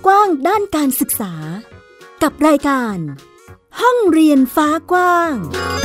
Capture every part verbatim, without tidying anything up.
ากว้างด้านการศึกษากับรายการห้องเรียนฟ้ากว้าง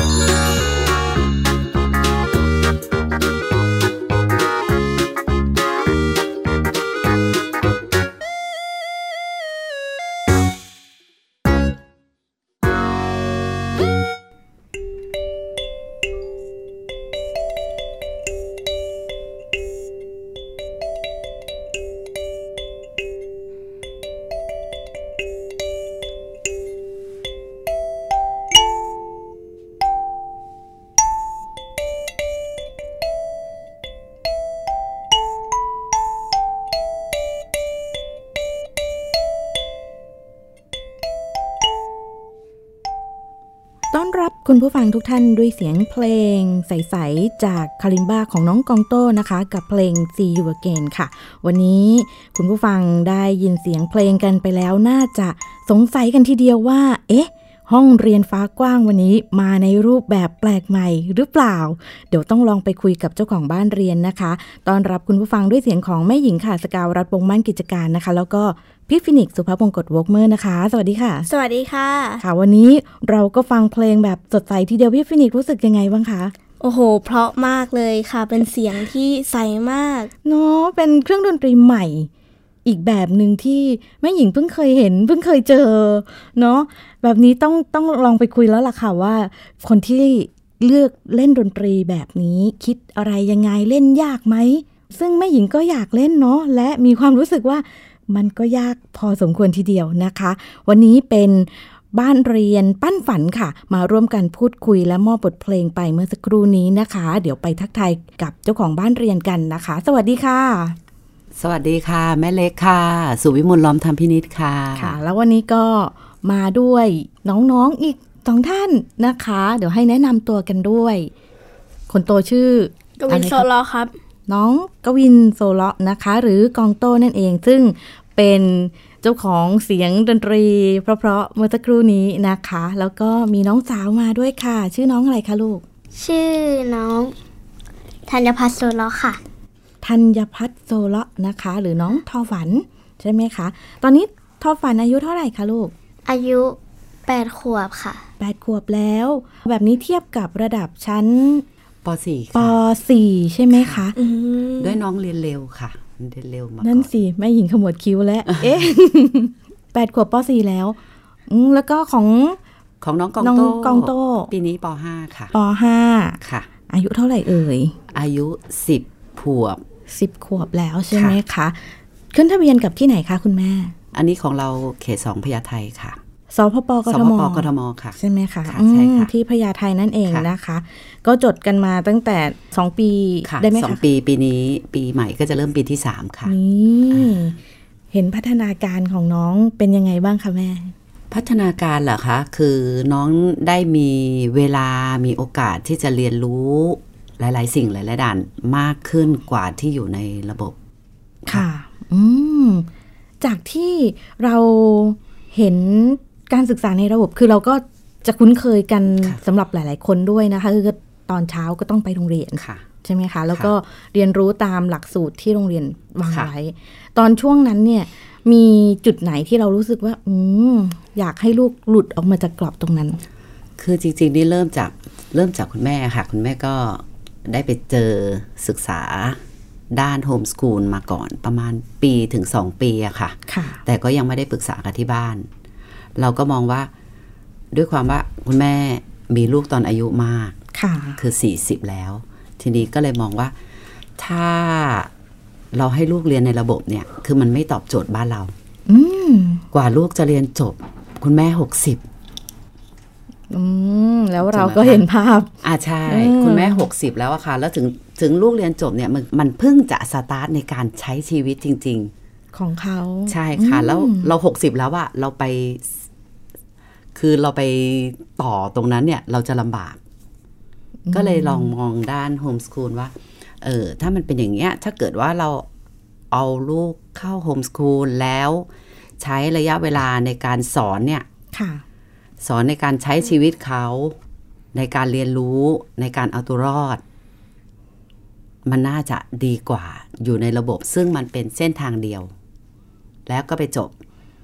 ต้อนรับคุณผู้ฟังทุกท่านด้วยเสียงเพลงใสๆจากคาลิมบ้าของน้องกองโต้นะคะกับเพลง See You Again ค่ะวันนี้คุณผู้ฟังได้ยินเสียงเพลงกันไปแล้วน่าจะสงสัยกันทีเดียวว่าเอ๊ะห้องเรียนฟ้ากว้างวันนี้มาในรูปแบบแปลกใหม่หรือเปล่าเดี๋ยวต้องลองไปคุยกับเจ้าของบ้านเรียนนะคะต้อนรับคุณผู้ฟังด้วยเสียงของแม่หญิงค่ะสกาวรัตน์วงศ์มั่นกิจการนะคะแล้วก็พี่ฟินิกซ์สุภาพมงกตวอล์กเมอร์นะคะสวัสดีค่ะสวัสดีค่ะค่ะวันนี้เราก็ฟังเพลงแบบสดใสทีเดียวพี่ฟินิกซ์รู้สึกยังไงบ้างคะโอ้โหเพราะมากเลยค่ะเป็นเสียงที่ใสมากเนาะเป็นเครื่องดนตรีใหม่อีกแบบหนึ่งที่แม่หญิงเพิ่งเคยเห็นเพิ่งเคยเจอเนาะแบบนี้ต้องต้องลองไปคุยแล้วล่ะค่ะว่าคนที่เลือกเล่นดนตรีแบบนี้คิดอะไรยังไงเล่นยากไหมซึ่งแม่หญิงก็อยากเล่นเนาะและมีความรู้สึกว่ามันก็ยากพอสมควรทีเดียวนะคะวันนี้เป็นบ้านเรียนปั้นฝันค่ะมาร่วมกันพูดคุยและมอบบทเพลงไปเมื่อสักครู่นี้นะคะเดี๋ยวไปทักทายกับเจ้าของบ้านเรียนกันนะคะสวัสดีค่ะสวัสดีค่ะแม่เล็กค่ะสุวิมลล้อมธรรมพินิจค่ะค่ะแล้ววันนี้ก็มาด้วยน้องๆอีกสองท่านนะคะเดี๋ยวให้แนะนำตัวกันด้วยคนโตชื่อกวินโซโลครับน้องกวินโซโลนะคะหรือกองโต้นั่นเองซึ่งเป็นเจ้าของเสียงดนตรีเพราะๆเมื่อสักครู่นี้นะคะแล้วก็มีน้องสาวมาด้วยค่ะชื่อน้องอะไรคะลูกชื่อน้องธัญพัฒน์โซโลค่ะธัญพัฒน์โซโลนะคะหรือน้องทอฝันใช่ไหมคะตอนนี้ทอฝันอายุเท่าไหร่คะลูกอายุแปดขวบค่ะแปดขวบแล้วแบบนี้เทียบกับระดับชั้นป.สี่ป.สี่ ใช่ไหมคะด้วยน้องเรียนเร็วค่ะเรียนเร็วมานั่นสิแม่หญิงขมวดคิ้วแล้วเอ๊ะแปดขวบป.สี่ แล้วแล้วก็ของของน้องกองโต้กองโต้ปีนี้ป.ห้า ค่ะป.ห้าค่ะอายุเท่าไหร่เอ่ยอายุสิบขวบสิบขวบแล้วใช่ไหมคะขึ้นทะเบียนกับที่ไหนคะคุณแม่อันนี้ของเราเขตสองพญาไทค่ะสพปกทมสพปกทมค่ะใช่ไหมคะใช่ค่ะที่พญาไทนั่นเองนะคะก็จดกันมาตั้งแต่สองปีได้ไหมคะสองปีปีนี้ปีใหม่ก็จะเริ่มปีที่สามค่ะนี่เห็นพัฒนาการของน้องเป็นยังไงบ้างคะแม่พัฒนาการเหรอคะคือน้องได้มีเวลามีโอกาสที่จะเรียนรู้หลายๆสิ่งหลายๆด้านมากขึ้นกว่าที่อยู่ในระบบค่ะอืมจากที่เราเห็นการศึกษาในระบบคือเราก็จะคุ้นเคยกันสำหรับหลายๆคนด้วยนะคะคือตอนเช้าก็ต้องไปโรงเรียนใช่ไหมคะแล้วก็เรียนรู้ตามหลักสูตรที่โรงเรียนวางไว้ตอนช่วงนั้นเนี่ยมีจุดไหนที่เรารู้สึกว่าอืมอยากให้ลูกหลุดออกมาจากกรอบตรงนั้นคือจริงๆนี่เริ่มจากเริ่มจากคุณแม่ค่ะคุณแม่ก็ได้ไปเจอศึกษาด้านโฮมสคูลมาก่อนประมาณปีถึงสองปีอะค่ะแต่ก็ยังไม่ได้ปรึกษากับที่บ้านเราก็มองว่าด้วยความว่าคุณแม่มีลูกตอนอายุมากคือสี่สิบแล้วทีนี้ก็เลยมองว่าถ้าเราให้ลูกเรียนในระบบเนี่ยคือมันไม่ตอบโจทย์บ้านเรากว่าลูกจะเรียนจบคุณแม่หกสิบอืมแล้วเราก็เห็นภาพอ่าใช่คุณแม่หกสิบแล้วอะค่ะแล้วถึงถึงลูกเรียนจบเนี่ยมันมันเพิ่งจะสตาร์ทในการใช้ชีวิตจริงๆของเขาใช่ค่ะแล้วเราหกสิบแล้วอะเราไปคือเราไปต่อตรงนั้นเนี่ยเราจะลำบากก็เลยลองมองด้านโฮมสคูลว่าเออถ้ามันเป็นอย่างเงี้ยถ้าเกิดว่าเราเอาลูกเข้าโฮมสคูลแล้วใช้ระยะเวลาในการสอนเนี่ยสอนในการใช้ชีวิตเขาในการเรียนรู้ในการเอาตัวรอดมันน่าจะดีกว่าอยู่ในระบบซึ่งมันเป็นเส้นทางเดียวแล้วก็ไปจบ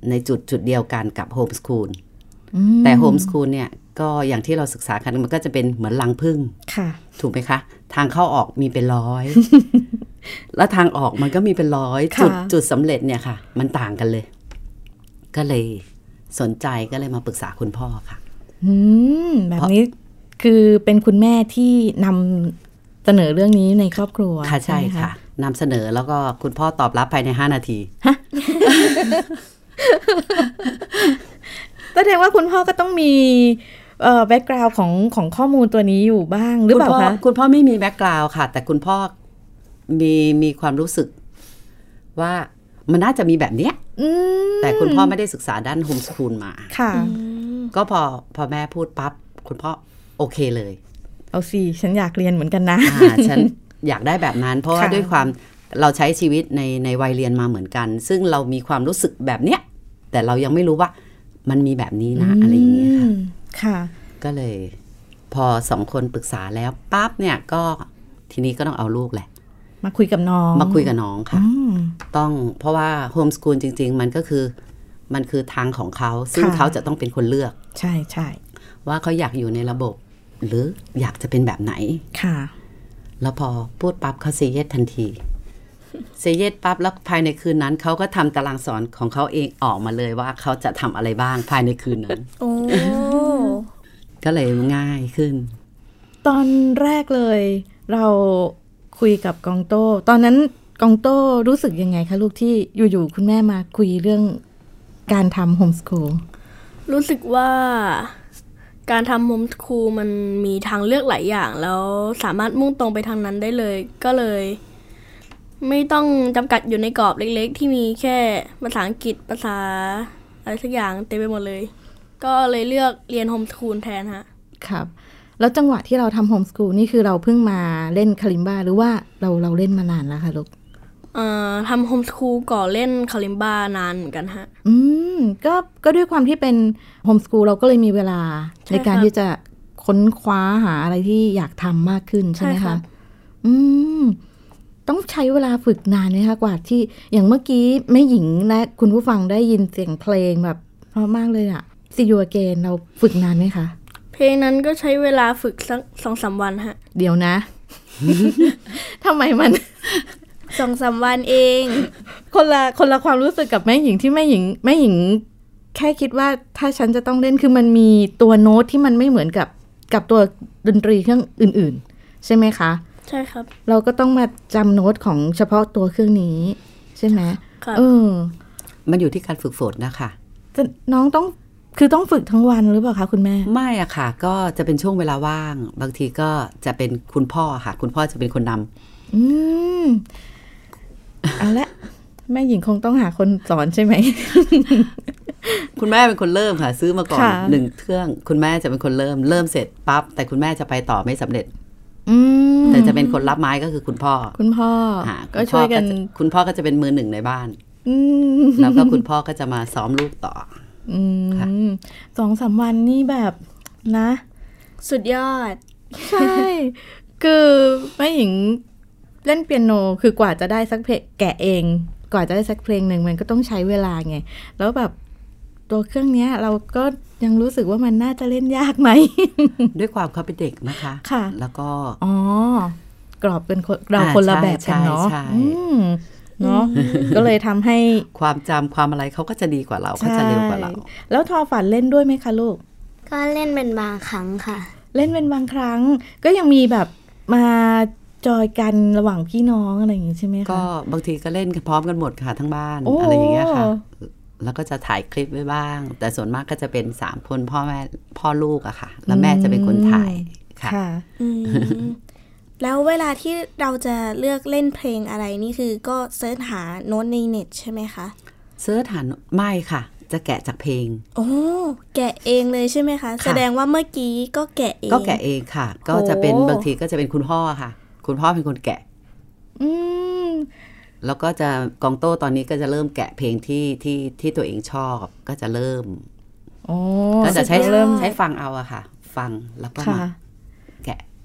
ในจุดจุดเดียวกันกับโฮมสคูลแต่โฮมสคูลเนี่ยก็อย่างที่เราศึกษากันมันก็จะเป็นเหมือนรังผึ้งถูกไหมคะทางเข้าออกมีเป็นร้อย แล้วทางออกมันก็มีเป็นร้อยจุดจุดสำเร็จเนี่ยค่ะมันต่างกันเลยก็เลยสนใจก็เลยมาปรึกษาคุณพ่อค่ะอืมแบบนี้คือเป็นคุณแม่ที่นำเสนอเรื่องนี้ในครอบครัวค่ะใช่ค่ะนำเสนอแล้วก็คุณพ่อตอบรับภายในห้านาทีแสดงว่าคุณพ่อก็ต้องมีเอ่อแบ็คกราวด์ของของข้อมูลตัวนี้อยู่บ้างหรือเปล่าคะคุณพ่อไม่มีแบ็คกราวด์ค่ะแต่คุณพ่อมีมีความรู้สึกว่ามันน่าจะมีแบบเนี้ยแต่คุณพ่อไม่ได้ศึกษาด้านโฮมสคูลมาค่ะก็พอพอแม่พูดปั๊บคุณพ่อโอเคเลยเอาสิฉันอยากเรียนเหมือนกันนะฉันอยากได้แบบนั้นเพราะว่าด้วยความเราใช้ชีวิตในในวัยเรียนมาเหมือนกันซึ่งเรามีความรู้สึกแบบเนี้ยแต่เรายังไม่รู้ว่ามันมีแบบนี้นะอะไรอย่างเงี้ยค่ะค่ะก็เลยพอสองคนปรึกษาแล้วปั๊บเนี่ยก็ทีนี้ก็ต้องเอาลูกแหละมาคุยกับน้องมาคุยกับน้องค่ะต้องเพราะว่าโฮมสคูลจริงๆมันก็คือมันคือทางของเขาซึ่งเขาจะต้องเป็นคนเลือกใช่ใช่ว่าเขาอยากอยู่ในระบบหรืออยากจะเป็นแบบไหนค่ะแล้วพอพูดปั๊บเขาเซเยสทันทีเซเยสปั๊บแล้วภายในคืนนั้นเขาก็ทำตารางสอนของเขาเองออกมาเลยว่าเขาจะทำอะไรบ้างภายในคืนนั้นโอ้ก็เลยง่ายขึ้นตอนแรกเลยเราคุยกับกองโต้ตอนนั้นกองโต้รู้สึกยังไงคะลูกที่อยู่ๆคุณแม่มาคุยเรื่องการทำโฮมสคูลรู้สึกว่าการทำโฮมสคูลมันมีทางเลือกหลายอย่างแล้วสามารถมุ่งตรงไปทางนั้นได้เลยก็เลยไม่ต้องจำกัดอยู่ในกรอบเล็กๆที่มีแค่ภาษาอังกฤษภาษาอะไรสักอย่างเต็มไปหมดเลยก็เลยเลือกเรียนโฮมสคูลแทนฮะครับแล้วจังหวะที่เราทำโฮมสคูลนี่คือเราเพิ่งมาเล่นคาลิมบาหรือว่าเราเราเล่นมานานแล้วคะลูกเอ่อทำโฮมสคูลก่อนเล่นคาลิมบานานเหมือนกันฮะอืมก็ก็ด้วยความที่เป็นโฮมสคูลเราก็เลยมีเวลา ใ, ในการที่จะค้นคว้าหาอะไรที่อยากทำมากขึ้นใช่ไหมคะอืมต้องใช้เวลาฝึกนานไหมคะกว่าที่อย่างเมื่อกี้แม่หญิงและคุณผู้ฟังได้ยินเสียงเพลงแบบเพราะมากเลยอะ See You Again เราฝึกนานไหมคะเพลงนั้นก็ใช้เวลาฝึกสัก สองถึงสาม วันฮะเดี๋ยวนะ ทำไมมันสองถึงสาม วันเองคนละคนละความรู้สึกกับแม่หญิงที่แม่หญิงแม่หญิงแค่คิดว่าถ้าฉันจะต้องเล่นคือมันมีตัวโน้ตที่มันไม่เหมือนกับกับตัวดนตรีเครื่องอื่นๆใช่ไหมคะใช่ครับเราก็ต้องมาจำโน้ตของเฉพาะตัวเครื่องนี้ใช่ไหมครับเออมันอยู่ที่การฝึกฝนนะคะน้องต้องคือต้องฝึกทั้งวันหรือเปล่าคะคุณแม่ไม่อะค่ะก็จะเป็นช่วงเวลาว่างบางทีก็จะเป็นคุณพ่อค่ะคุณพ่อจะเป็นคนนำอืมเอาละแม่หญิงคงต้องหาคนสอนใช่ไหมคุณแม่เป็นคนเริ่มค่ะซื้อมาก่อนหนึ่งเครื่องคุณแม่จะเป็นคนเริ่มเริ่มเสร็จปั๊บแต่คุณแม่จะไปต่อไม่สำเร็จแต่จะเป็นคนรับไม้ก็คือคุณพ่อคุณพ่อก็ช่วยกันคุณพ่อก็จะเป็นมือหนึ่งในบ้านแล้วก็คุณพ่อก็จะมาซ้อมลูกต่ออืมสองสามวันนี่แบบนะสุดยอดใช่คือแม่หญิงเล่นเปียโนคือกว่าจะได้สักเพลงแกะเองกว่าจะได้สักเพลงหนึ่งมันก็ต้องใช้เวลาไงแล้วแบบตัวเครื่องนี้เราก็ยังรู้สึกว่ามันน่าจะเล่นยากไหมด้วยความเขาเป็นเด็กนะคะค่ะแล้วก็อ๋อกรอบเป็นเราคนละแบบกันเนาะเนาะก็เลยทำให้ความจำความอะไรเขาก็จะดีกว่าเราเขาจะเร็วกว่าเราแล้วทอฝันเล่นด้วยไหมคะลูกก็เล่นเป็นบางครั้งค่ะเล่นเป็นบางครั้งก็ยังมีแบบมาจอยกันระหว่างพี่น้องอะไรอย่างงี้ใช่ไหมคะก็บางทีก็เล่นพร้อมกันหมดค่ะทั้งบ้าน อ, อะไรอย่างเงี้ยค่ะแล้วก็จะถ่ายคลิปไว้บ้างแต่ส่วนมากก็จะเป็นสามคนพ่อแม่พ่อลูกอะค่ะแล้วแม่จะเป็นคนถ่ายค่ะแล้วเวลาที่เราจะเลือกเล่นเพลงอะไรนี่คือก็เสิร์ชหาโน้ตในเน็ตใช่ไหมคะเสิร์ชหาไม่ค่ะจะแกะจากเพลงโอ้แกะเองเลยใช่ไหมคะแสดงว่าเมื่อกี้ก็แกะเองก็แกะเองค่ะก็จะเป็นบางทีก็จะเป็นคุณพ่อค่ะคุณพ่อเป็นคนแกะอืมแล้วก็จะกองโต้ตอนนี้ก็จะเริ่มแกะเพลงที่ที่ที่ตัวเองชอบก็จะเริ่มอ๋อก็จะใช้เริ่มใช้ฟังเอาอะค่ะฟังแล้วก็มาแกะ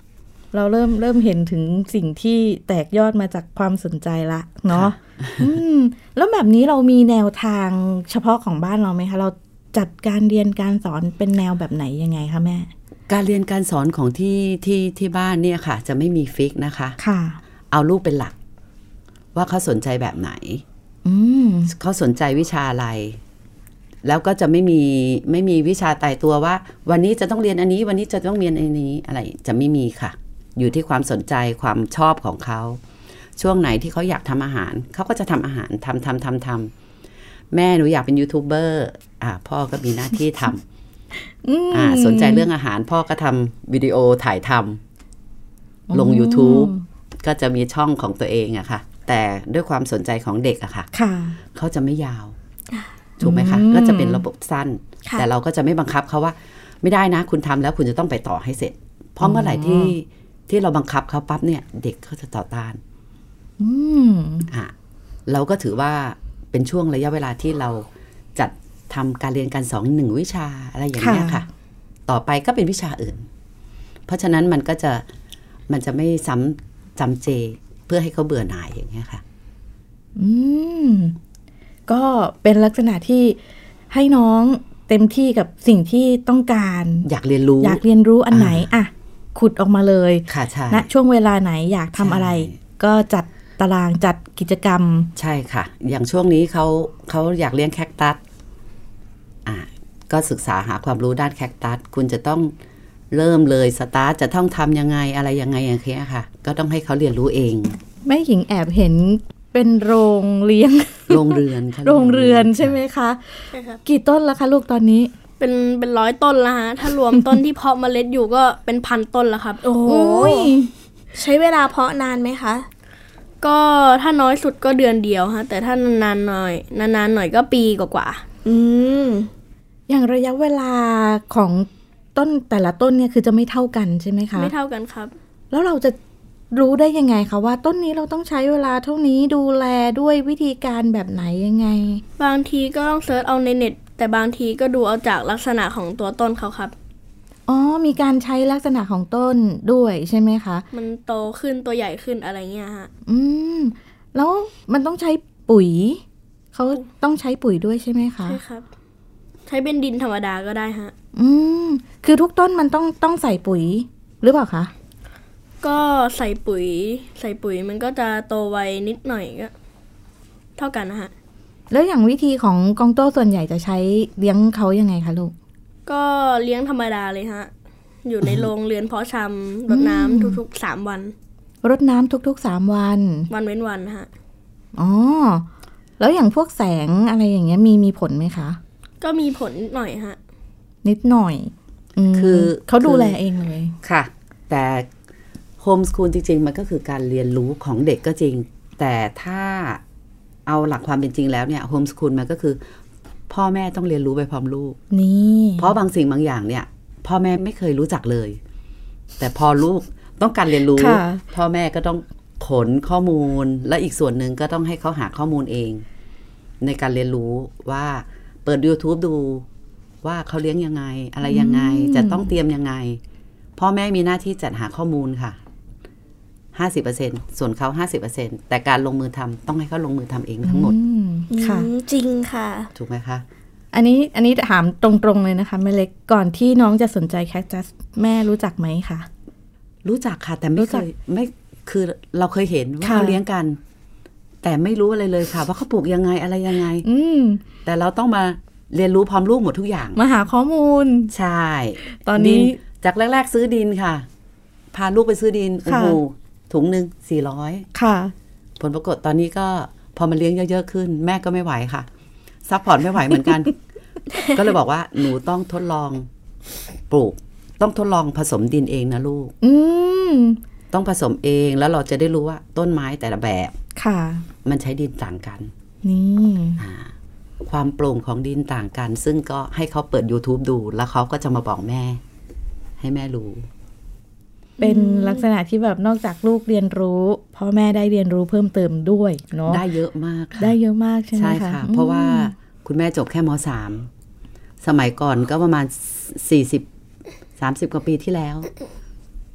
เราเริ่มเริ่มเห็นถึงสิ่งที่แตกยอดมาจากความสนใจละเนาะแล้วแบบนี้เรามีแนวทางเฉพาะของบ้านเราไหมคะเราจัดการเรียนการสอนเป็นแนวแบบไหนยังไงคะแม่การเรียนการสอนของที่ที่ที่บ้านเนี่ยค่ะจะไม่มีฟิกนะคะค่ะเอาลูกเป็นหลักว่าเขาสนใจแบบไหนเขาสนใจวิชาอะไรแล้วก็จะไม่มีไม่มีวิชาตายตัวว่าวันนี้จะต้องเรียนอันนี้วันนี้จะต้องเรียนอันนี้อะไรจะไม่มีค่ะอยู่ที่ความสนใจความชอบของเขาช่วงไหนที่เขาอยากทำอาหารเขาก็จะทำอาหารทำทำทำทำแม่หนูอยากเป็นยูทูบเบอร์อ่าพ่อก็มีหน้าที่ทำอ่าสนใจเรื่องอาหารพ่อก็ทำวิดีโอถ่ายทำลง YouTube ก็จะมีช่องของตัวเองอะค่ะแต่ด้วยความสนใจของเด็กอะค่ะเขาจะไม่ยาวถูกไหมคะก็จะเป็นระบบสั้นแต่เราก็จะไม่บังคับเขาว่าไม่ได้นะคุณทำแล้วคุณจะต้องไปต่อให้เสร็จเพราะเมื่อไหร่ที่ที่เราบังคับเขาปั๊บเนี่ยเด็กเขาจะต่อต้านอ่ะเราก็ถือว่าเป็นช่วงระยะเวลาที่เราจัดทำการเรียนการสอนหนึ่งวิชาอะไรอย่างนี้ค่ะต่อไปก็เป็นวิชาอื่นเพราะฉะนั้นมันก็จะมันจะไม่ซ้ำจำเจเพื่อให้เขาเบื่อหน่ายอย่างนี้ค่ะอืมก็เป็นลักษณะที่ให้น้องเต็มที่กับสิ่งที่ต้องการอยากเรียนรู้อยากเรียนรู้อันไหนอ่ะขุดออกมาเลยค่ะใช่ณช่วงเวลาไหนอยากทำอะไรก็จัดตารางจัดกิจกรรมใช่ค่ะอย่างช่วงนี้เขาเขาอยากเลี้ยงแคคตัสอ่ะก็ศึกษาหาความรู้ด้านแคคตัสคุณจะต้องเริ่มเลยสตาร์ทจะต้องทำยังไงอะไรยังไงอย่างเงี้ยค่ะก็ต้องให้เขาเรียนรู้เองแม่หญิงแอบเห็นเป็นโรงเลี้ยงโรงเรือนโรงเรือนใช่ไหมคะใช่ครับกี่ต้นแล้วคะลูกตอนนี้เป็นเป็นร้อยต้นแล้วฮะถ้ารวมต้นที่เพาะเมล็ดอยู่ก็เป็นพันต้นแล้วครับโอ้ยใช้เวลาเพาะนานไหมคะก็ถ้าน้อยสุดก็เดือนเดียวฮะแต่ถ้านานๆหน่อยนานๆหน่อยก็ปีกว่าๆอืมอย่างระยะเวลาของต้นแต่ละต้นเนี่ยคือจะไม่เท่ากันใช่ไหมคะไม่เท่ากันครับแล้วเราจะรู้ได้ยังไงคะว่าต้นนี้เราต้องใช้เวลาเท่านี้ดูแลด้วยวิธีการแบบไหนยังไงบางทีก็ต้องเซิร์ชเอาในเน็ตแต่บางทีก็ดูเอาจากลักษณะของตัวต้นเขาครับอ๋อมีการใช้ลักษณะของต้นด้วยใช่ไหมคะมันโตขึ้นตัวใหญ่ขึ้นอะไรเงี้ยฮะอืมแล้วมันต้องใช้ปุ๋ยเขาต้องใช้ปุ๋ยด้วยใช่ไหมคะใช่ครับใช้เป็นดินธรรมดาก็ได้ฮะอืมคือทุกต้นมันต้องต้องใส่ปุ๋ยหรือเปล่าคะก็ใส่ปุ๋ยใส่ปุ๋ยมันก็จะโตไวนิดหน่อยก็เท่ากันนะฮะแล้วอย่างวิธีของกองโต้ส่วนใหญ่จะใช้เลี้ยงเขายังไงคะลูกก็เลี้ยงธรรมดาเลยฮะอยู่ในโรงเรือนเพาะชำรดน้ำทุกๆสามวันรดน้ำทุกๆสามวันวันเว้นวันนะฮะอ๋อแล้วอย่างพวกแสงอะไรอย่างเงี้ยมีมีผลไหมคะก็มีผลนิดหน่อยฮะนิดหน่อยคือเขาดูแลเองเลยค่ะแต่โฮมสคูลจริงๆมันก็คือการเรียนรู้ของเด็กก็จริงแต่ถ้าเอาหลักความเป็นจริงแล้วเนี่ยโฮมสคูลมันก็คือพ่อแม่ต้องเรียนรู้ไปพร้อมลูกนี่เพราะบางสิ่งบางอย่างเนี่ยพ่อแม่ไม่เคยรู้จักเลยแต่พอลูกต้องการเรียนรู้พ่อแม่ก็ต้องขนข้อมูลและอีกส่วนหนึ่งก็ต้องให้เขาหาข้อมูลเองในการเรียนรู้ว่าเปิด YouTube ดูว่าเขาเลี้ยงยังไงอะไรยังไงจะต้องเตรียมยังไงพ่อแม่มีหน้าที่จัดหาข้อมูลค่ะห้าสิบเปอร์เซ็นต์ ส่วนเขา ห้าสิบเปอร์เซ็นต์ แต่การลงมือทำต้องให้เขาลงมือทำเองทั้งหมดค่ะจริงค่ะถูกไหมคะอันนี้อันนี้ถามตรงๆเลยนะคะแม่เล็กก่อนที่น้องจะสนใจแคคตัสแม่รู้จักไหมคะรู้จักค่ะแต่ไม่เคยไม่คือเราเคยเห็นว่าเขาเลี้ยงกันแต่ไม่รู้อะไรเลยค่ะว่าเขาปลูกยังไงอะไรยังไงแต่เราต้องมาเรียนรู้พร้อมลูกหมดทุกอย่างมาหาข้อมูลใช่ตอนนี้จากแรกๆซื้อดินค่ะพาลูกไปซื้อดินโอ้โหถุงหนึ่งสี่ร้อยค่ะผลปรากฏตอนนี้ก็พอมาเลี้ยงเยอะๆขึ้นแม่ก็ไม่ไหวค่ะซัพพอร์ตไม่ไหวเหมือนกัน ก็เลยบอกว่าหนูต้องทดลองปลูกต้องทดลองผสมดินเองนะลูกอืมต้องผสมเองแล้วเราจะได้รู้ว่าต้นไม้แต่ละแบบค่ะมันใช้ดินต่างกันนี่ความโปร่งของดินต่างกันซึ่งก็ให้เขาเปิด YouTube ดูแล้วเขาก็จะมาบอกแม่ให้แม่รู้เป็นลักษณะที่แบบนอกจากลูกเรียนรู้พ่อแม่ได้เรียนรู้เพิ่มเติมด้วยเนาะได้เยอะมากได้เยอะมากใช่ไหมคะใช่ค่ะเพราะว่าคุณแม่จบแค่ม.สาม สมัยก่อนก็ประมาณสี่สิบ สามสิบกว่าปีที่แล้ว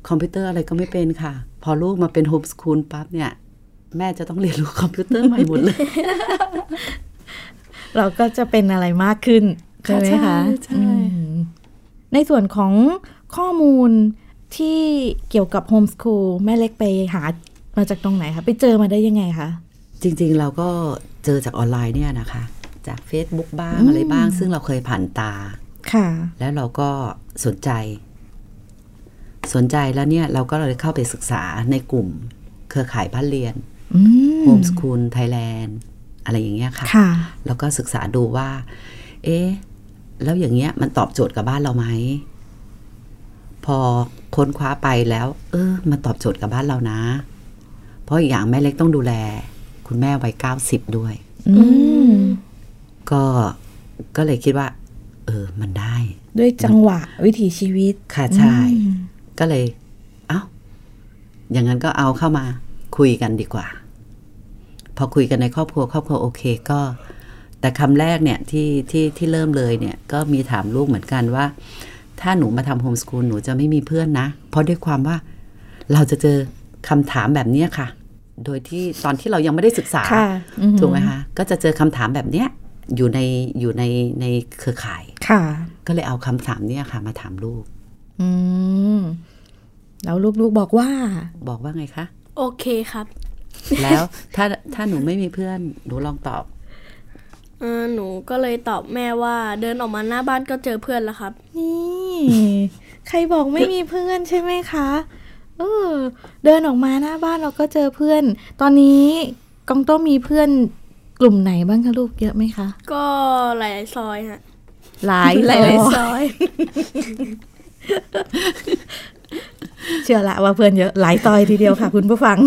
คอมพิวเตอร์อะไรก็ไม่เป็นค่ะพอลูกมาเป็นโฮมสคูลปั๊บเนี่ยแม่จะต้องเรียนรู้คอมพิวเตอร์ใหม่หมดเลยเราก็จะเป็นอะไรมากขึ้นใช่ไหมคะใช่ในส่วนของข้อมูลที่เกี่ยวกับโฮมสคูลแม่เล็กไปหามาจากตรงไหนคะไปเจอมาได้ยังไงคะจริงๆเราก็เจอจากออนไลน์เนี่ยนะคะจาก Facebook บ้าง อ, อะไรบ้างซึ่งเราเคยผ่านตาค่ะแล้วเราก็สนใจสนใจแล้วเนี่ยเราก็เลยเข้าไปศึกษาในกลุ่มเครือข่ายบ้านเรียนโฮมสคูลไทยแลนด์อะไรอย่างเงี้ยค่ะแล้วก็ศึกษาดูว่าเอ๊ะแล้วอย่างเงี้ยมันตอบโจทย์กับบ้านเราไหมพอค้นคว้าไปแล้วเออมันตอบโจทย์กับบ้านเรานะเพราะอีกอย่างแม่เล็กต้องดูแลคุณแม่วัยเก้าสิบด้วยก็ก็เลยคิดว่าเออมันได้ด้วยจังหวะวิถีชีวิตค่ะใช่ก็เลยเอ้าอย่างนั้นก็เอาเข้ามาคุยกันดีกว่าพอคุยกันในครอบครัวครอบครัวโอเคก็แต่คำแรกเนี่ยที่ที่ที่เริ่มเลยเนี่ยก็มีถามลูกเหมือนกันว่าถ้าหนูมาทำโฮมสคูลหนูจะไม่มีเพื่อนนะเพราะด้วยความว่าเราจะเจอคำถามแบบนี้ค่ะโดยที่ตอนที่เรายังไม่ได้ศึกษาถูกไหมคะก็จะเจอคำถามแบบเนี้ยอยู่ในอยู่ในในเครือข่ายก็เลยเอาคำถามเนี้ยค่ะมาถามลูกอืมแล้วลูกๆบอกว่าบอกว่าไงคะโอเคครับแล้วถ้าถ้าหนูไม่มีเพื่อนหนูลองตอบเออหนูก็เลยตอบแม่ว่าเดินออกมาหน้าบ้านก็เจอเพื่อนแล้วครับนี่ใครบอกไม่มีเพื่อนใช่ไหมคะเออเดินออกมาหน้าบ้านเราก็เจอเพื่อนตอนนี้กองโต้มีเพื่อนกลุ่มไหนบ้างคะลูกเยอะไหมคะก็หลายซอยฮะหลายหลายซอยเชื่อละว่าเพื่อนเยอะหลายซอยทีเดียวค่ะคุณผู้ฟัง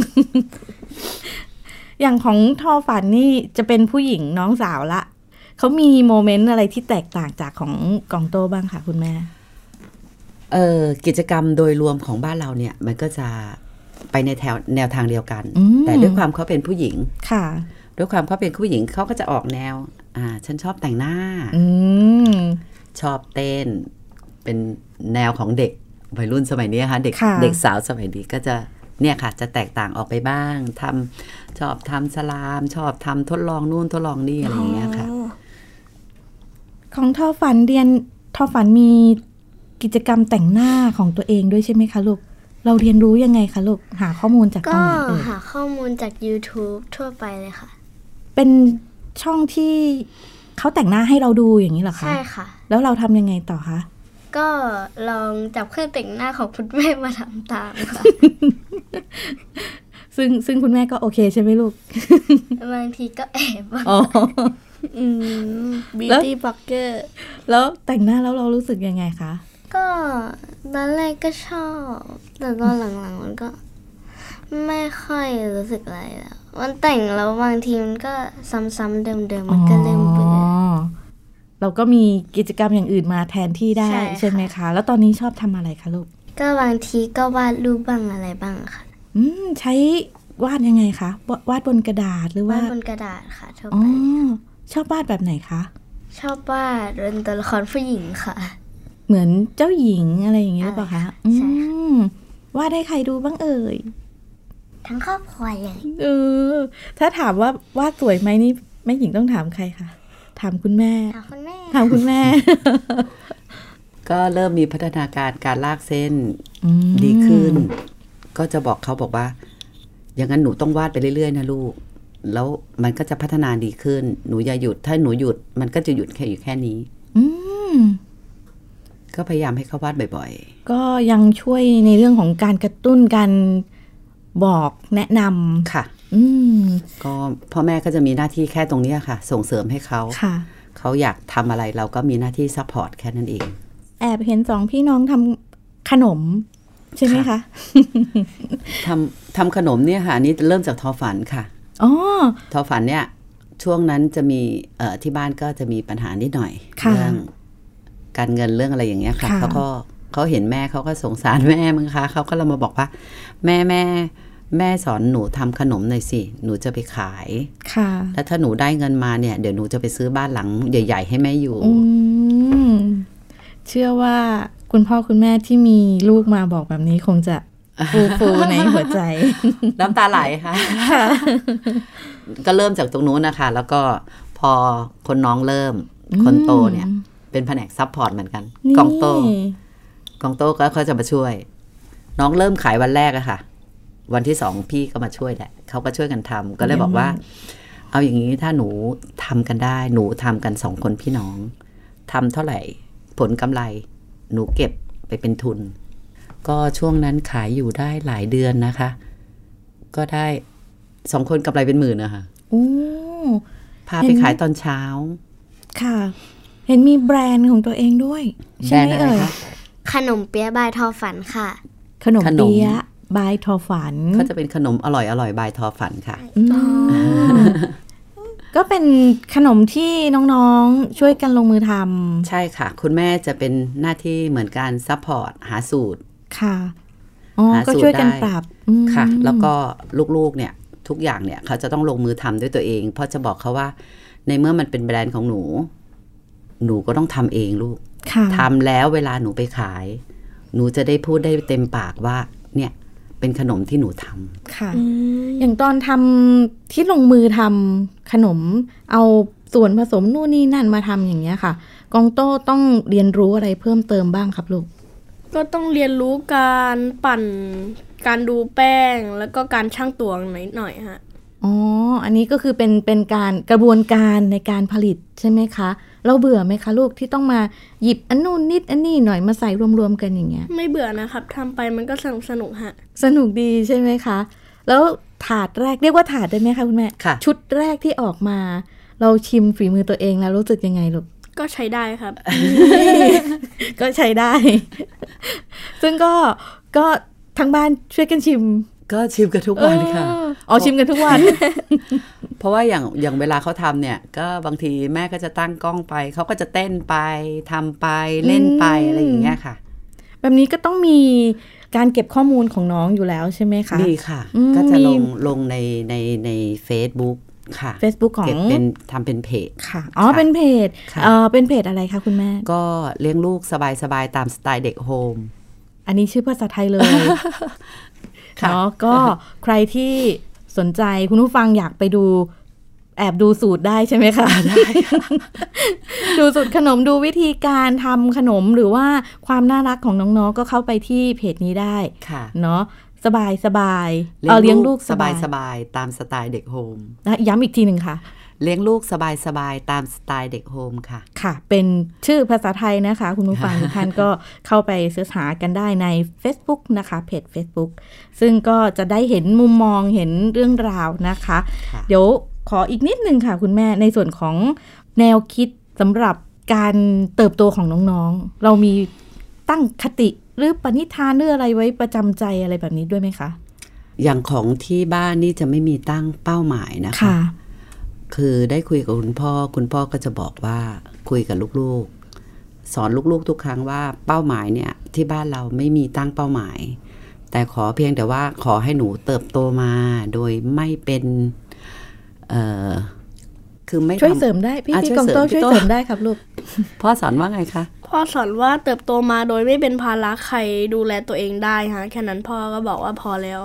อย่างของทอฝันนี่จะเป็นผู้หญิงน้องสาวละเขามีโมเมนต์อะไรที่แตกต่างจากของกองโต้บ้างค่ะคุณแม่เอ่อกิจกรรมโดยรวมของบ้านเราเนี่ยมันก็จะไปในแถวแนวทางเดียวกันแต่ด้วยความเขาเป็นผู้หญิงค่ะด้วยความเขาเป็นผู้หญิงเขาก็จะออกแนวอ่าฉันชอบแต่งหน้าชอบเต้นเป็นแนวของเด็กวัยรุ่นสมัยนี้ค่ะเด็กเด็กสาวสมัยนี้ก็จะเนี่ยค่ะจะแตกต่างออกไปบ้างทำชอบทำสลามชอบทำทดลองนู่นทดลองนี่อะไรอย่างเงี้ยค่ะของทอฝันเรียนทอฝันมีกิจกรรมแต่งหน้าของตัวเองด้วยใช่ไหมคะลูกเราเรียนรู้ยังไงคะลูกหาข้อมูลจากตรงไหนเอ่ยก็หาข้อมูลจาก YouTube ทั่วไปเลยค่ะเป็นช่องที่เขาแต่งหน้าให้เราดูอย่างนี้เหรอคะใช่ค่ะแล้วเราทำยังไงต่อคะก็ลองจับเครื่องแต่งหน้าของคุณแม่มาทำตามค่ะซึ่งซึ่งคุณแม่ก็โอเคใช่ไหมลูกบางทีก็แอบบ้างอืม beauty blogger แล้วแต่งหน้าแล้วเรารู้สึกยังไงคะก็ตอนแรกก็ชอบแต่ตอนหลังๆมันก็ไม่ค่อยรู้สึกอะไรแล้วมันแต่งแล้วบางทีมันก็ซ้ำๆเดิมๆมันก็เริ่มเบื่อเราก็มีกิจกรรมอย่างอื่นมาแทนที่ได้ใช่ไหมคะแล้วตอนนี้ชอบทำอะไรคะลูกก็บางทีก็วาดรูปบ้างอะไรบ้างค่ะอืมใช้วาดยังไงคะวาดบนกระดาษหรือว่าวาดบนกระดาษค่ะทั่วไปชอบวาดแบบไหนคะชอบวาดเป็นตัวละครผู้หญิงค่ะเหมือนเจ้าหญิงอะไรอย่างเงี้ยหรือเปล่าคะใช่วาดให้ใครดูบ้างเอ่ยทั้งครอบครัวเลยเออถ้าถามว่าวาดสวยไหมนี่แม่หญิงต้องถามใครคะถามคุณแม่ถามคุณแม่ถามคุณแม่ก็เริ่มมีพัฒนาการการลากเส้นดีขึ้นก็จะบอกเขาบอกว่าอย่างนั้นหนูต้องวาดไปเรื่อยๆนะลูกแล้วมันก็จะพัฒนาดีขึ้นหนูอย่าหยุดถ้าหนูหยุดมันก็จะหยุดแค่อยู่แค่นี้ก็พยายามให้เขาวาดบ่อยๆก็ยังช่วยในเรื่องของการกระตุ้นการบอกแนะนำค่ะก็พ่อแม่ก็จะมีหน้าที่แค่ตรงนี้ค่ะส่งเสริมให้เขาเขาอยากทำอะไรเราก็มีหน้าที่ซัพพอร์ตแค่นั้นเองแอบเห็นสองพี่น้องทำขนมใช่ไหมคะทำทำขนมเนี่ยค่ะอันนี้เริ่มจากทอฝันค่ะอ๋อทอฝันเนี่ยช่วงนั้นจะมีเอ่อที่บ้านก็จะมีปัญหานิดหน่อยเรื่องการเงินเรื่องอะไรอย่างเงี้ยค่ะเขาก็เขาเห็นแม่เขาก็สงสารแม่มั้งคะเขาก็เลยมาบอกว่าแม่แม่แม่สอนหนูทำขนมหน่อยสิหนูจะไปขายค่ะแล้วถ้าหนูได้เงินมาเนี่ยเดี๋ยวหนูจะไปซื้อบ้านหลังใหญ่ๆให้แม่อยู่เชื่อว่าคุณพ่อคุณแม่ที่มีลูกมาบอกแบบนี้คงจะฟูฟูในหัวใจน้ำตาไหลค่ะ ก็เริ่มจากตรงนู้นนะคะแล้วก็พอคนน้องเริ่มคนโตเนี่ยเป็นแผนกซัพพอร์ตเหมือนกันกองโตกองโตก็เขาจะมาช่วยน้องเริ่มขายวันแรกอะค่ะวันที่สองพี่ก็มาช่วยแหละเขาก็ช่วยกันทำก็เลยบอกว่าเอาอย่างนี้ถ้าหนูทำกันได้หนูทำกันสองคนพี่น้องทำเท่าไหร่ผลกำไรหนูเก็บไปเป็นทุนก็ช่วงนั้นขายอยู่ได้หลายเดือนนะคะก็ได้สองคนกำไรเป็นหมื่นนะคะโอ้พาไปขายตอนเช้าค่ะเห็นมีแบรนด์ของตัวเองด้วยใช่ไหมเอ่ยขนมเปี๊ยะบายทอฝันค่ะขนมเปี๊ยะบายทอฝันก็จะเป็นขนมอร่อยอร่อยบายทอฝันค่ะก็เป็นขนมที่น้องๆช่วยกันลงมือทำใช่ค่ะคุณแม่จะเป็นหน้าที่เหมือนการซัพพอร์ตหาสูตรค่ะอ๋อก็ช่วยกันปรับค่ะแล้วก็ลูกๆเนี่ยทุกอย่างเนี่ยเขาจะต้องลงมือทำด้วยตัวเองเพราะจะบอกเขาว่าในเมื่อมันเป็นแบรนด์ของหนูหนูก็ต้องทำเองลูกทำแล้วเวลาหนูไปขายหนูจะได้พูดได้เต็มปากว่าเนี่ยเป็นขนมที่หนูทำค่ะอย่างตอนทำที่ลงมือทำขนมเอาส่วนผสมนู่นนี่นั่นมาทำอย่างเงี้ยค่ะกองโต้ต้องเรียนรู้อะไรเพิ่มเติมบ้างครับลูกก็ต้องเรียนรู้การปั่นการดูแป้งแล้วก็การชั่งตวงหน่อยๆฮะอ๋ออันนี้ก็คือเป็นเป็นการกระบวนการในการผลิตใช่ไหมคะเราเบื่อไหมคะลูกที่ต้องมาหยิบอันนู่นนิดอันนี่หน่อยมาใส่รวมๆกันอย่างเงี้ยไม่เบื่อนะครับทำไปมันก็สนุกสนุกฮะสนุกดีใช่ไหมคะแล้วถาดแรกเรียกว่าถาดได้ไหมคะคุณแม่ชุดแรกที่ออกมาเราชิมฝีมือตัวเองแล้วรู้สึกยังไงลูกก็ใช้ได้ครับก็ใช้ได้ ซึ่งก็ก็ทั้งบ้านช่วยกันชิมก็ชิมกันทุกวันค่ะอ๋อชิมกันทุกวันเพราะว่าอย่างอย่างเวลาเขาทำเนี่ยก็บางทีแม่ก็จะตั้งกล้องไปเขาก็จะเต้นไปทำไปเล่นไปอะไรอย่างเงี้ยค่ะแบบนี้ก็ต้องมีการเก็บข้อมูลของน้องอยู่แล้วใช่ไหมคะมีค่ะก็จะลงลงในในใน Facebook ค่ะ Facebook ของเก็บเป็นทำเป็นเพจค่ะอ๋อเป็นเพจเออเป็นเพจอะไรคะคุณแม่ก็เลี้ยงลูกสบายๆตามสไตล์เด็กโฮมอันนี้ชื่อภาษาไทยเลยเนาะก็ใครที่สนใจคุณผู้ฟังอยากไปดูแอบดูสูตรได้ใช่ไหมคะได้ดูสูตรขนมดูวิธีการทำขนมหรือว่าความน่ารักของน้องๆก็เข้าไปที่เพจนี้ได้เนาะสบายสบายเลี้ยงลูกสบายสบายตามสไตล์เด็กโฮมย้ำอีกทีหนึ่งค่ะเลี้ยงลูกสบายสบายตามสไตล์เด็กโฮมค่ะค่ะเป็นชื่อภาษาไทยนะคะคุณผู้ฟังทุกท่านก็เข้าไปเสิร์ชหากันได้ใน Facebook นะคะเพจ Facebook ซึ่งก็จะได้เห็นมุมมองเห็นเรื่องราวนะคะเดี๋ยวขออีกนิดนึงค่ะคุณแม่ในส่วนของแนวคิดสำหรับการเติบโตของน้องๆเรามีตั้งคติหรือปณิธานหรืออะไรไว้ประจำใจอะไรแบบนี้ด้วยไหมคะอย่างของที่บ้านนี่จะไม่มีตั้งเป้าหมายนะคะคือได้คุยกับคุณพ่อคุณพ่อก็จะบอกว่าคุยกับลูกๆสอนลูกๆทุกครั้งว่าเป้าหมายเนี่ยที่บ้านเราไม่มีตั้งเป้าหมายแต่ขอเพียงแต่ว่าขอให้หนูเติบโตมาโดยไม่เป็นเอ่อคือไม่ช่วยเสริมได้พี่พี่กองโต้ช่วยเสริมได้ครับลูกพ่อสอนว่าไงคะพ่อสอนว่าเติบโตมาโดยไม่เป็นภาระใครดูแลตัวเองได้ฮะแค่นั้นพ่อก็บอกว่าพอแล้ว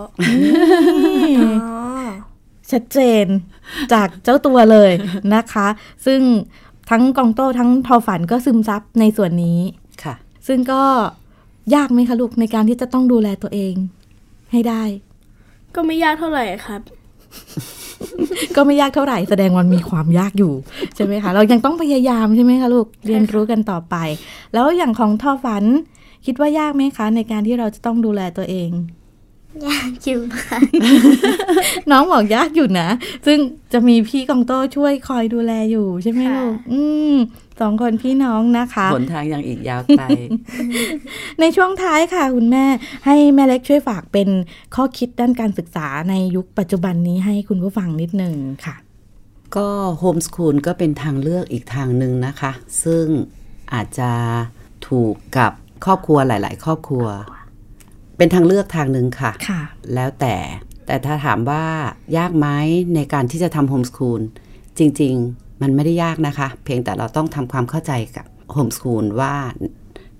ชัดเจนจากเจ้าตัวเลยนะคะซึ่งทั้งกองโต้ทั้งทอฝันก็ซึมซับในส่วนนี้ค่ะซึ่งก็ยากไหมคะลูกในการที่จะต้องดูแลตัวเองให้ได้ก็ไม่ยากเท่าไหร่ครับก็ไม่ยากเท่าไหร่แสดงมันมีความยากอยู่ใช่ไหมคะเรายังต้องพยายามใช่ไหมคะลูกเรียนรู้กันต่อไปแล้วอย่างของทอฝันคิดว่ายากไหมคะในการที่เราจะต้องดูแลตัวเองยากอยู่ค่ะน้องบอกยากอยู่นะซึ่งจะมีพี่กองโต้ช่วยคอยดูแลอยู่ใช่ไหมลูกอืมสองคนพี่น้องนะคะหนทางยังอีกยาวไกลในช่วงท้ายค่ะคุณแม่ให้แม่เล็กช่วยฝากเป็นข้อคิดด้านการศึกษาในยุคปัจจุบันนี้ให้คุณผู้ฟังนิดนึงค่ะก็โฮมสคูลก็เป็นทางเลือกอีกทางนึงนะคะซึ่งอาจจะถูกกับครอบครัวหลายๆครอบครัวเป็นทางเลือกทางหนึ่งค่ะแล้วแต่แต่ถ้าถามว่ายากไหมในการที่จะทำโฮมสคูลจริงๆมันไม่ได้ยากนะคะเพียงแต่เราต้องทำความเข้าใจกับโฮมสคูลว่า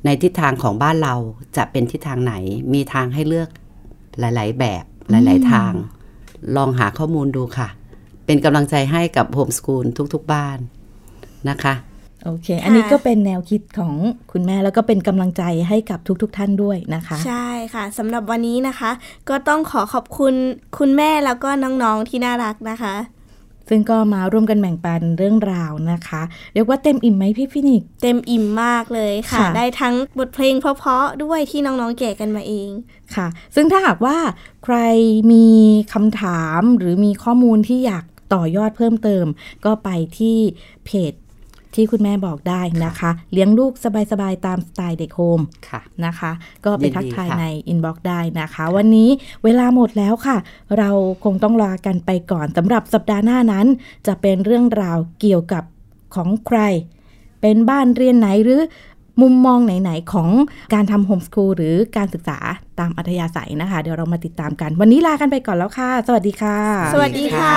ในทิศทางของบ้านเราจะเป็นทิศทางไหนมีทางให้เลือกหลายๆแบบหลายๆทางลองหาข้อมูลดูค่ะเป็นกำลังใจให้กับโฮมสคูลทุกๆบ้านนะคะโอเคอันนี้ก็เป็นแนวคิดของคุณแม่แล้วก็เป็นกำลังใจให้กับทุกๆท่านด้วยนะคะใช่ค่ะสำหรับวันนี้นะคะก็ต้องขอขอบคุณคุณแม่แล้วก็น้องๆที่น่ารักนะคะซึ่งก็มาร่วมกันแบ่งปันเรื่องราวนะคะเรียกว่าเต็มอิ่มไหมพี่ฟินิกเต็มอิ่มมากเลยค่ะได้ทั้งบทเพลงเพราะๆด้วยที่น้องๆแกะกันมาเองค่ะซึ่งถ้าหากว่าใครมีคำถามหรือมีข้อมูลที่อยากต่อยอดเพิ่มเติมก็ไปที่เพจที่คุณแม่บอกได้นะคะเลี้ยงลูกสบายๆตามสไตล์เด็กโฮมนะคะก็ไปทักทายในอินบ็อกซ์ได้นะคะวันนี้เวลาหมดแล้วค่ะเราคงต้องลากันไปก่อนสำหรับสัปดาห์หน้านั้นจะเป็นเรื่องราวเกี่ยวกับของใครเป็นบ้านเรียนไหนหรือมุมมองไหนๆของการทำโฮมสคูลหรือการศึกษาตามอัธยาศัยนะคะเดี๋ยวเรามาติดตามกันวันนี้ลากันไปก่อนแล้วค่ะสวัสดีค่ะสวัสดีค่ะ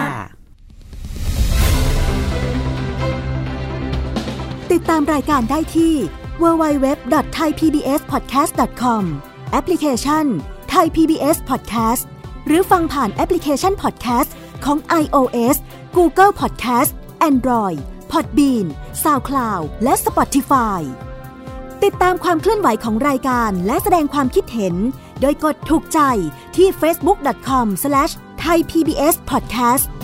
ติดตามรายการได้ที่ ดับเบิลยู ดับเบิลยู ดับเบิลยู ดอท ไทย พี บี เอส พอดแคสต์ ดอท คอม แอปพลิเคชัน Thai พี บี เอส Podcast หรือฟังผ่านแอปพลิเคชัน Podcast ของ iOS Google Podcast Android Podbean SoundCloud และ Spotify ติดตามความเคลื่อนไหวของรายการและแสดงความคิดเห็นโดยกดถูกใจที่ เฟซบุ๊ก ดอท คอม สแลช ไทย พี บี เอส พอดแคสต์